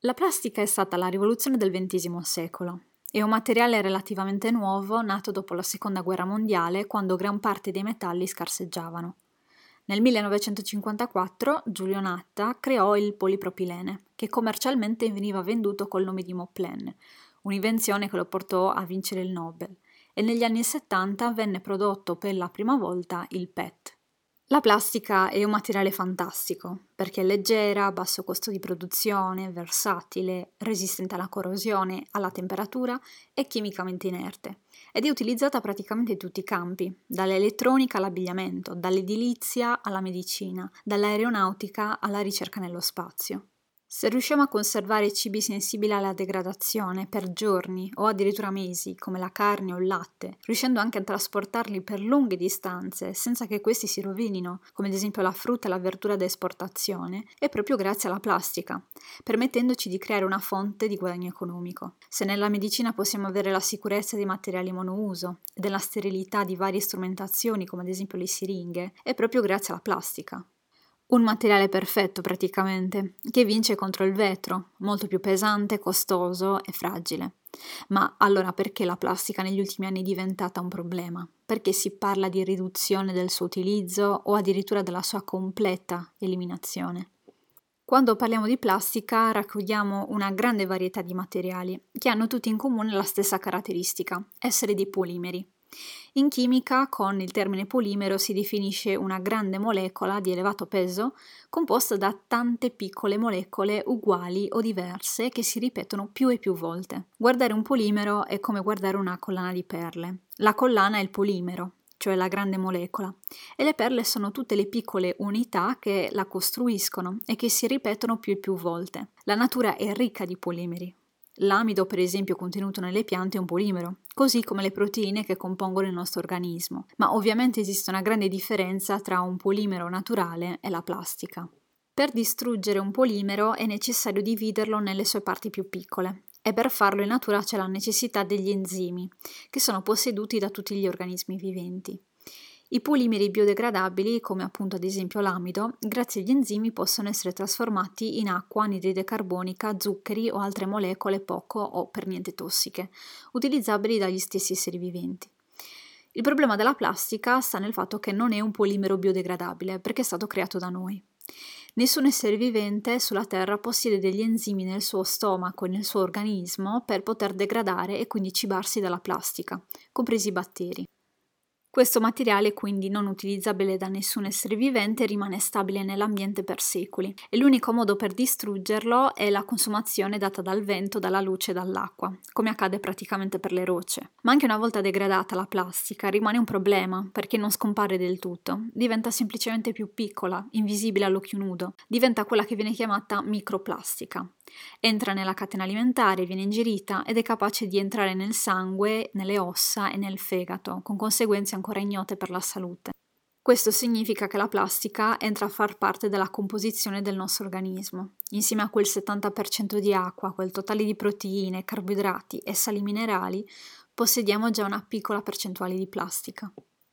La plastica è stata la rivoluzione del XX secolo. È un materiale relativamente nuovo nato dopo la Seconda Guerra Mondiale, quando gran parte dei metalli scarseggiavano. Nel 1954 Giulio Natta creò il polipropilene, che commercialmente veniva venduto col nome di Moplen, un'invenzione che lo portò a vincere il Nobel, e negli anni 70 venne prodotto per la prima volta il PET. La plastica è un materiale fantastico perché è leggera, a basso costo di produzione, versatile, resistente alla corrosione, alla temperatura e chimicamente inerte ed è utilizzata praticamente in tutti i campi, dall'elettronica all'abbigliamento, dall'edilizia alla medicina, dall'aeronautica alla ricerca nello spazio. Se riusciamo a conservare cibi sensibili alla degradazione per giorni o addirittura mesi, come la carne o il latte, riuscendo anche a trasportarli per lunghe distanze senza che questi si rovinino, come ad esempio la frutta e la verdura da esportazione, è proprio grazie alla plastica, permettendoci di creare una fonte di guadagno economico. Se nella medicina possiamo avere la sicurezza dei materiali monouso e della sterilità di varie strumentazioni, come ad esempio le siringhe, è proprio grazie alla plastica. Un materiale perfetto praticamente, che vince contro il vetro, molto più pesante, costoso e fragile. Ma allora perché la plastica negli ultimi anni è diventata un problema? Perché si parla di riduzione del suo utilizzo o addirittura della sua completa eliminazione? Quando parliamo di plastica raccogliamo una grande varietà di materiali che hanno tutti in comune la stessa caratteristica, essere dei polimeri. In chimica, con il termine polimero si definisce una grande molecola di elevato peso composta da tante piccole molecole uguali o diverse che si ripetono più e più volte. Guardare un polimero è come guardare una collana di perle. La collana è il polimero, cioè la grande molecola, e le perle sono tutte le piccole unità che la costruiscono e che si ripetono più e più volte. La natura è ricca di polimeri. L'amido, per esempio, contenuto nelle piante è un polimero, così come le proteine che compongono il nostro organismo. Ma ovviamente esiste una grande differenza tra un polimero naturale e la plastica. Per distruggere un polimero è necessario dividerlo nelle sue parti più piccole e per farlo in natura c'è la necessità degli enzimi, che sono posseduti da tutti gli organismi viventi. I polimeri biodegradabili, come appunto ad esempio l'amido, grazie agli enzimi possono essere trasformati in acqua, anidride carbonica, zuccheri o altre molecole poco o per niente tossiche, utilizzabili dagli stessi esseri viventi. Il problema della plastica sta nel fatto che non è un polimero biodegradabile perché è stato creato da noi. Nessun essere vivente sulla Terra possiede degli enzimi nel suo stomaco e nel suo organismo per poter degradare e quindi cibarsi dalla plastica, compresi i batteri. Questo materiale, quindi non utilizzabile da nessun essere vivente, rimane stabile nell'ambiente per secoli e l'unico modo per distruggerlo è la consumazione data dal vento, dalla luce e dall'acqua, come accade praticamente per le rocce. Ma anche una volta degradata la plastica rimane un problema perché non scompare del tutto, diventa semplicemente più piccola, invisibile all'occhio nudo, diventa quella che viene chiamata microplastica. Entra nella catena alimentare, viene ingerita ed è capace di entrare nel sangue, nelle ossa e nel fegato, con conseguenze ancora ignote per la salute. Questo significa che la plastica entra a far parte della composizione del nostro organismo. Insieme a quel 70% di acqua, quel totale di proteine, carboidrati e sali minerali, possediamo già una piccola percentuale di plastica.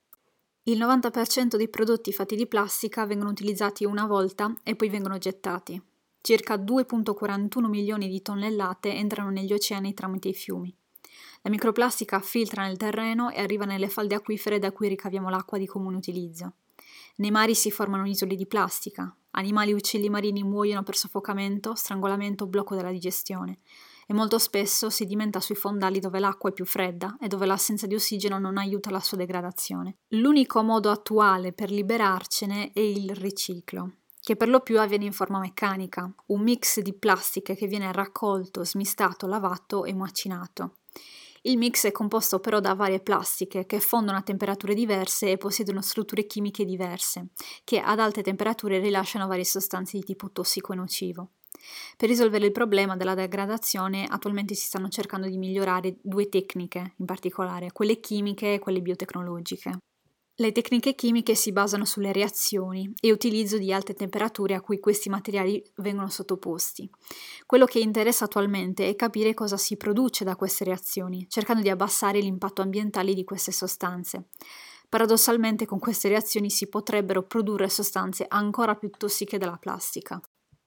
Il 90% dei prodotti fatti di plastica vengono utilizzati una volta e poi vengono gettati. Circa 2,41 milioni di tonnellate entrano negli oceani tramite i fiumi. La microplastica filtra nel terreno e arriva nelle falde acquifere da cui ricaviamo l'acqua di comune utilizzo. Nei mari si formano isole di plastica. Animali e uccelli marini muoiono per soffocamento, strangolamento o blocco della digestione. E molto spesso sedimenta sui fondali dove l'acqua è più fredda e dove l'assenza di ossigeno non aiuta la sua degradazione. L'unico modo attuale per liberarcene è il riciclo, che per lo più avviene in forma meccanica, un mix di plastiche che viene raccolto, smistato, lavato e macinato. Il mix è composto però da varie plastiche che fondono a temperature diverse e possiedono strutture chimiche diverse, che ad alte temperature rilasciano varie sostanze di tipo tossico e nocivo. Per risolvere il problema della degradazione attualmente si stanno cercando di migliorare due tecniche in particolare, quelle chimiche e quelle biotecnologiche. Le tecniche chimiche si basano sulle reazioni e utilizzo di alte temperature a cui questi materiali vengono sottoposti. Quello che interessa attualmente è capire cosa si produce da queste reazioni, cercando di abbassare l'impatto ambientale di queste sostanze. Paradossalmente, con queste reazioni si potrebbero produrre sostanze ancora più tossiche della plastica.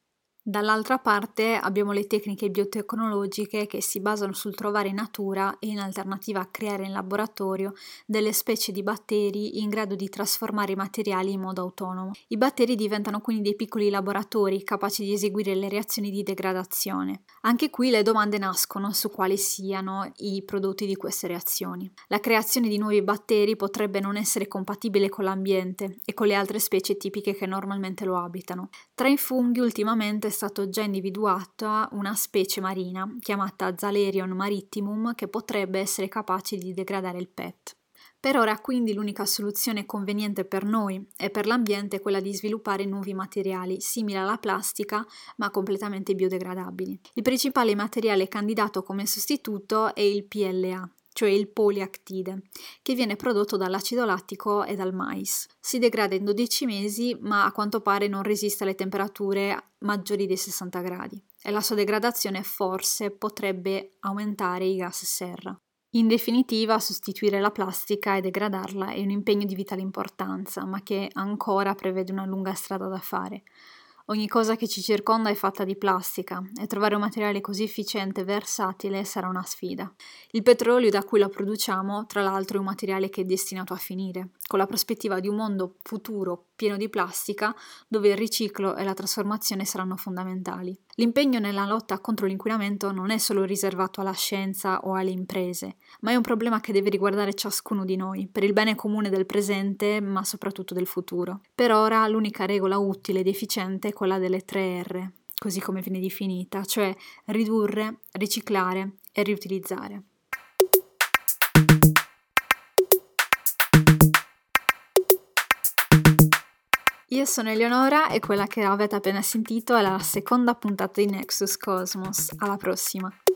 Dall'altra parte abbiamo le tecniche biotecnologiche che si basano sul trovare in natura e in alternativa a creare in laboratorio delle specie di batteri in grado di trasformare i materiali in modo autonomo. I batteri diventano quindi dei piccoli laboratori capaci di eseguire le reazioni di degradazione. Anche qui le domande nascono su quali siano i prodotti di queste reazioni. La creazione di nuovi batteri potrebbe non essere compatibile con l'ambiente e con le altre specie tipiche che normalmente lo abitano. Tra i funghi ultimamente è stato già individuata una specie marina chiamata Zalerion marittimum che potrebbe essere capace di degradare il PET. Per ora quindi l'unica soluzione conveniente per noi e per l'ambiente è quella di sviluppare nuovi materiali simili alla plastica ma completamente biodegradabili. Il principale materiale candidato come sostituto è il PLA, cioè il poliactide, che viene prodotto dall'acido lattico e dal mais. Si degrada in 12 mesi, ma a quanto pare non resiste alle temperature maggiori dei 60 gradi e la sua degradazione forse potrebbe aumentare i gas serra. In definitiva, sostituire la plastica e degradarla è un impegno di vitale importanza, ma che ancora prevede una lunga strada da fare. Ogni cosa che ci circonda è fatta di plastica e trovare un materiale così efficiente e versatile sarà una sfida. Il petrolio da cui la produciamo, tra l'altro, è un materiale che è destinato a finire, con la prospettiva di un mondo futuro pieno di plastica dove il riciclo e la trasformazione saranno fondamentali. L'impegno nella lotta contro l'inquinamento non è solo riservato alla scienza o alle imprese, ma è un problema che deve riguardare ciascuno di noi, per il bene comune del presente, ma soprattutto del futuro. Per ora l'unica regola utile ed efficiente è quella delle 3 R, così come viene definita, cioè ridurre, riciclare e riutilizzare. Io sono Eleonora e quella che avete appena sentito è la seconda puntata di Nexus Cosmos. Alla prossima!